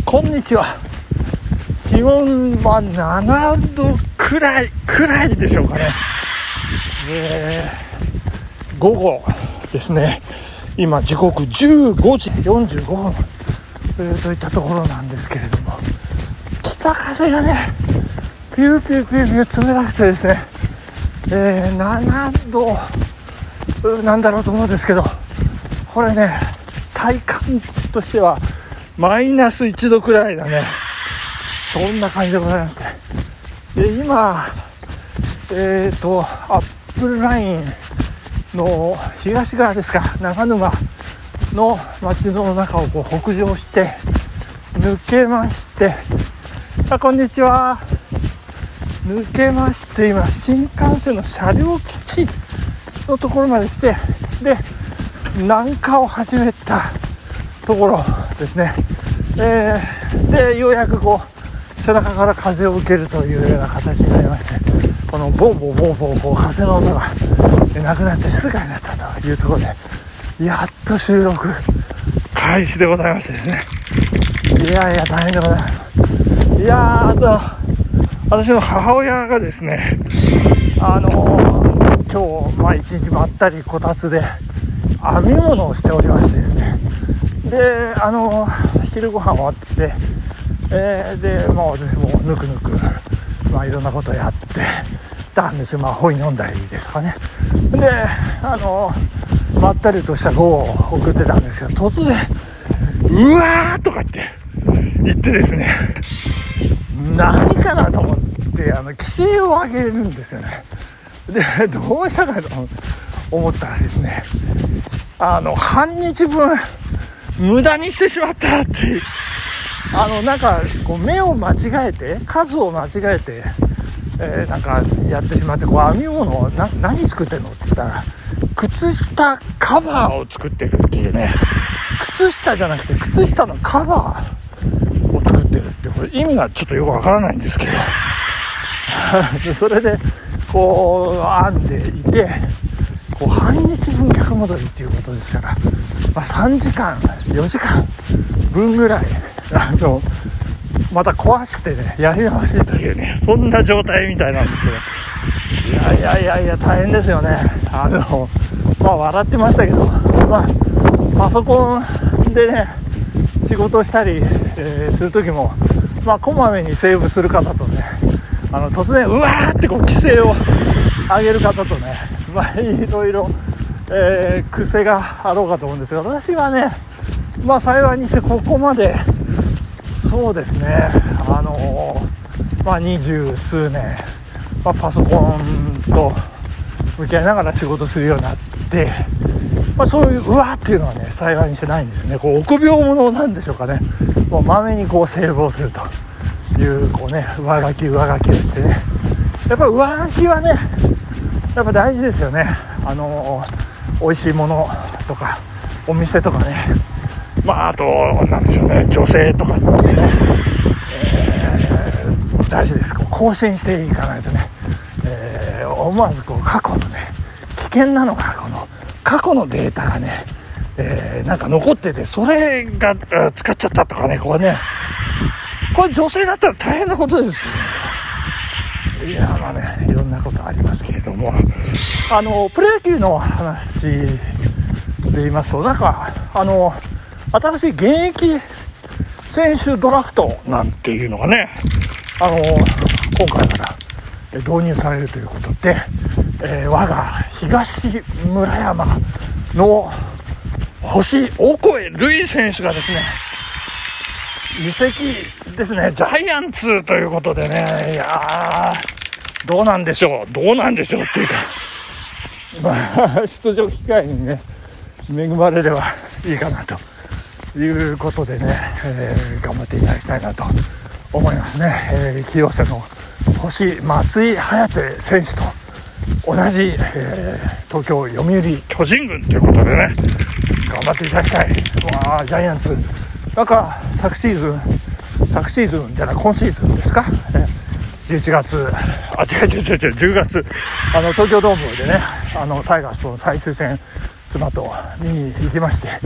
こんにちは。気温は7度くらいでしょうかね。午後ですね。今時刻15時45分、といったところなんですけれども、北風がねピューピューピューピュー冷たくてですね、7度なんだろうと思うんですけど、これね体感としてはマイナス1度くらいだね。そんな感じでございまして、で今アップルラインの東側ですか、長沼の街の中をこう北上して抜けまして、こんにちは、抜けまして、今新幹線の車両基地のところまで来て、で南下を始めたところですね。でようやくこう背中から風を受けるというような形になりまして、このボーボーボーボーこう風の音がなくなって静かになったというところで、やっと収録開始でございましてですね。いや大変でございます。私の母親がですね、今日一日まったりこたつで編み物をしておりましてですね、で昼ご飯終わって、で私もぬくぬくいろんなことをやってたんですよ。本読んだりですかね。でまったりとした午後を送ってたんですけど、突然うわーとかって言ってですね、何かなと思って規制を上げるんですよね。でどうしたかと思ったらですね、半日分無駄にしてしまったっていう、なんかこう目を間違えて、数を間違えて、なんかやってしまって、こう編み物を何作ってんのって言ったら、靴下カバーを作ってるっていうね。靴下じゃなくて靴下のカバーを作ってるって、これ意味がちょっとよくわからないんですけどそれでこう編んでいて、こう半日分逆戻りっていうことですから、3時間4時間分ぐらいまた壊してねやり直しというね、そんな状態みたいなんですけど、いや大変ですよね。笑ってましたけど、パソコンでね仕事をしたり、する時もこまめにセーブする方とね、突然うわーってこう規制を上げる方とね、いろいろ、癖があろうかと思うんですが、私はね幸いにしてここまでそうですね、20数年、パソコンと向き合いながら仕事するようになって、そういううわーっていうのはね幸いにしてないんですね。こう臆病者なんでしょうかね。まめにこうセーブをするというこうね上書きをしてね、やっぱり上書きはねやっぱ大事ですよね。美味しいものとかお店とかね、あとなんでしょうね、女性とかですね、大事です。こう更新していかないとね、思わずこう過去のね危険なのがこの過去のデータがね、なんか残ってて、それが使っちゃったとかね、これ女性だったら大変なことですよ。いろんなことありますけれども、プロ野球の話で言いますと、なんか新しい現役選手ドラフトなんていうのがね、今回から導入されるということで、我が東村山の星オコエ瑠偉選手がですね移籍ですね、ジャイアンツということでね、いやーどうなんでしょうっていうか、出場機会にね恵まれればいいかなということでね、頑張っていただきたいなと思いますね。清瀬の星松井颯選手と同じ、東京読売巨人軍ということでね頑張っていただきたい。ジャイアンツなんか今シーズンですか、11月10月東京ドームでねタイガースとの最終戦妻と見に行きまして、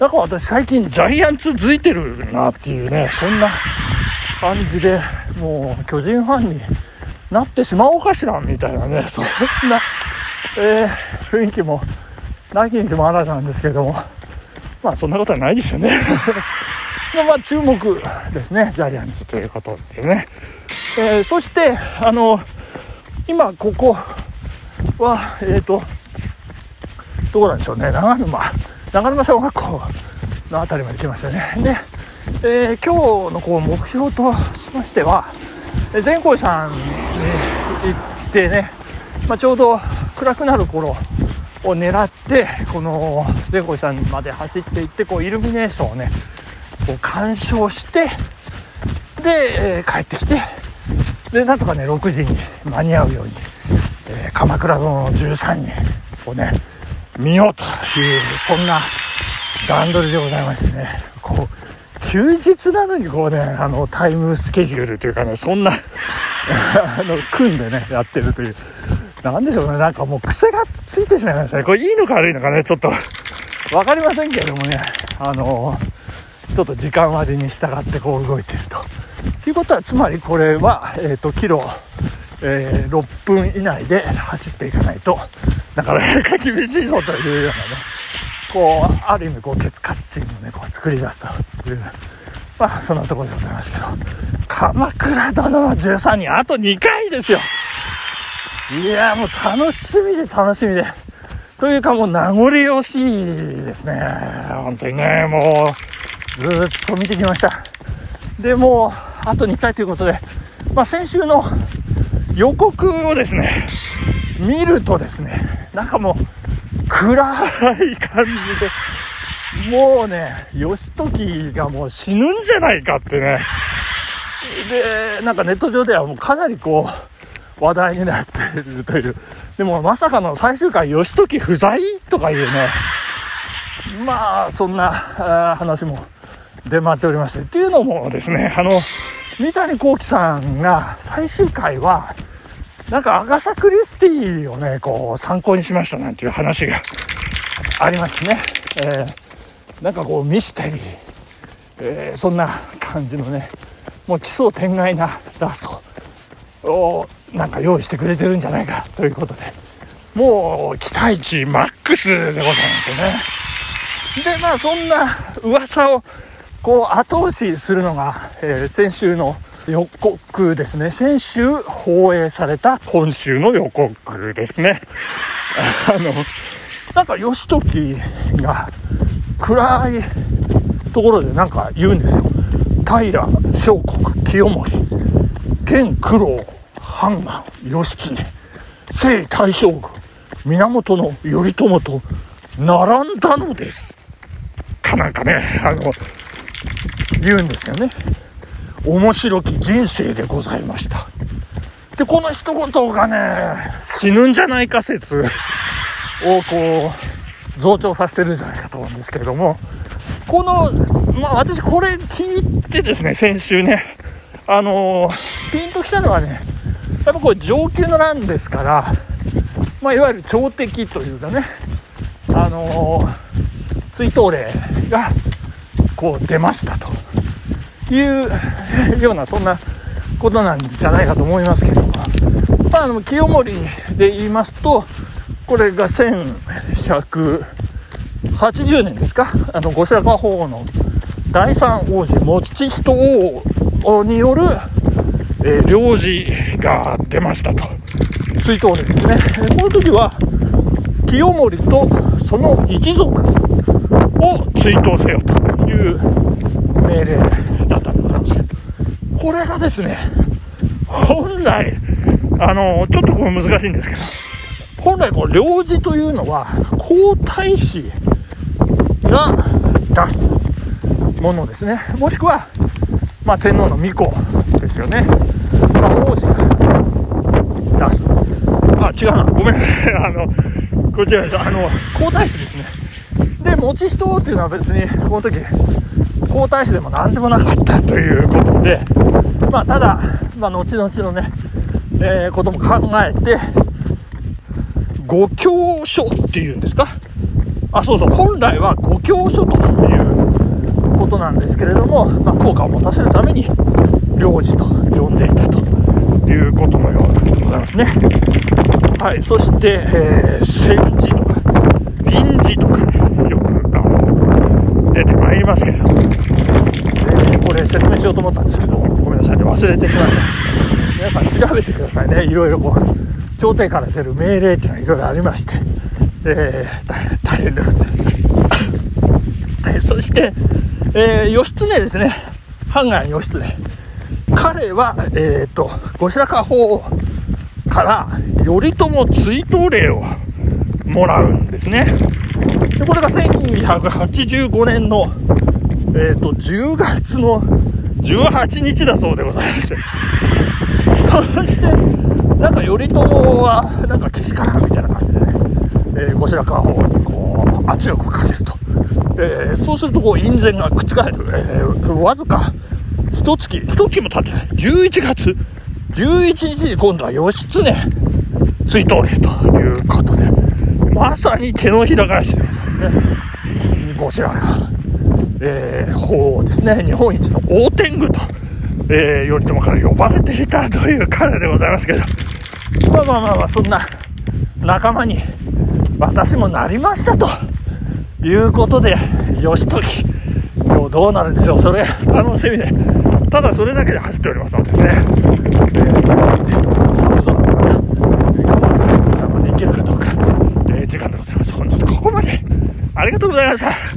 なんか私最近ジャイアンツづいてるなっていうね、そんな感じで、もう巨人ファンになってしまおうかしらみたいなね、そんな、雰囲気もなきにしもあらずなんですけれども、まあそんなことはないですよねで、まあ注目ですね、ジャイアンツということでね、そして今ここはどこなんでしょうね、長沼小学校のあたりまで来ましたね。で、今日のこう目標としましては、善光さんに行ってね、ちょうど暗くなる頃を狙って、この善光さんまで走っていって、こうイルミネーションをねこう鑑賞して、で、帰ってきて、でなんとかね6時に間に合うように、鎌倉殿の13人をね見ようという、そんな段取りでございましてね、こう休日なのにこうねタイムスケジュールというかね、そんな組んでねやってるという、なんでしょうね、なんかもう癖がついてしまいましたね。これいいのか悪いのかね、ちょっと分かりませんけれどもね、ちょっと時間割に従ってこう動いているということは、つまりこれは、キロ、6分以内で走っていかないとなかなか厳しいぞというようなね、こうある意味こうケツカッチンをねこう作り出すという、そんなところでございますけど、鎌倉殿の13人あと2回ですよ。いやもう楽しみでというか、もう名残惜しいですね、本当にね。もうずっと見てきました。でもうあと2回ということで、先週の予告をですね見るとですね、なんかもう暗い感じで、もうね義時がもう死ぬんじゃないかってね、でなんかネット上ではもうかなりこう話題になっているという。でもまさかの最終回義時不在とかいうね、そんな話も出回っておりまして、っていうのもですね、三谷幸喜さんが最終回はなんかアガサ・クリスティをねこう参考にしましたなんていう話がありましてね、なんかこうミステリー、そんな感じのね、もう奇想天外なラストをなんか用意してくれてるんじゃないかということで、もう期待値マックスでございますよね。でそんな噂をこう後押しするのが、先週の予告ですね。先週放映された今週の予告ですね。なんか義時が暗いところでなんか言うんですよ。平相国清盛、現九郎判官義経、征大将軍源頼朝と並んだのですかなんかね言うんですよね。面白き人生でございました。でこの一言がね死ぬんじゃないか説をこう増長させてるんじゃないかと思うんですけれども、この私これ聞いてですね、先週ねピンときたのはね、やっぱこれ上級の乱ですから、いわゆる朝敵というかね、追討令がこう出ましたというような、そんなことなんじゃないかと思いますけども、清盛で言いますと、これが1180年ですか、後白河法皇の第三王子以仁王による、領事が出ましたと、追討令ですね。この時は清盛とその一族を追討せよという命令だったんですけど、これがですね本来ちょっとこれ難しいんですけど、本来こう領事というのは皇太子が出すものですね。もしくは、天皇の御子ですよね。王子が出す。違うな、ごめんなさい。こちら皇太子ですね。で以仁王っていうのは別にこの時皇太子でも何でもなかったということで、ただ、後々のね、ことも考えて、御教書っていうんですか、 そうそう、本来はご教書ということなんですけれども、効果を持たせるために領事と呼んでいたということのようでございますね。はい、そして、戦時とか臨時とかね、よく出てまいりますけれども、これ説明しようと思ったんですけど、ごめんなさいね、忘れてしまいました。皆さん調べてくださいね。いろいろ朝廷から出る命令っていうのはいろいろありまして、大変でございます。そして、義経ですね、判官義経、彼は、後白河法皇から頼朝追討令をもらうんですね。でこれが1285年の、10月の18日だそうでございまして、そしてなんか頼朝はなんかけしからんみたいな感じでね、後白河法皇に圧力をかけると、そうすると院宣が覆る、わずか一月も経ってない11月11日に今度は義経追討令ということで、まさに手のひら返しでございますね。後白河、法皇ですね、日本一の大天狗と、頼朝から呼ばれていたという彼でございますけど、そんな仲間に私もなりましたということで、義時今日どうなるんでしょう。それ楽しみで、ただそれだけで走っておりますのでですね、寒空の中頑張ってまで行けるかどうか、時間でございます。本日ここまでありがとうございました。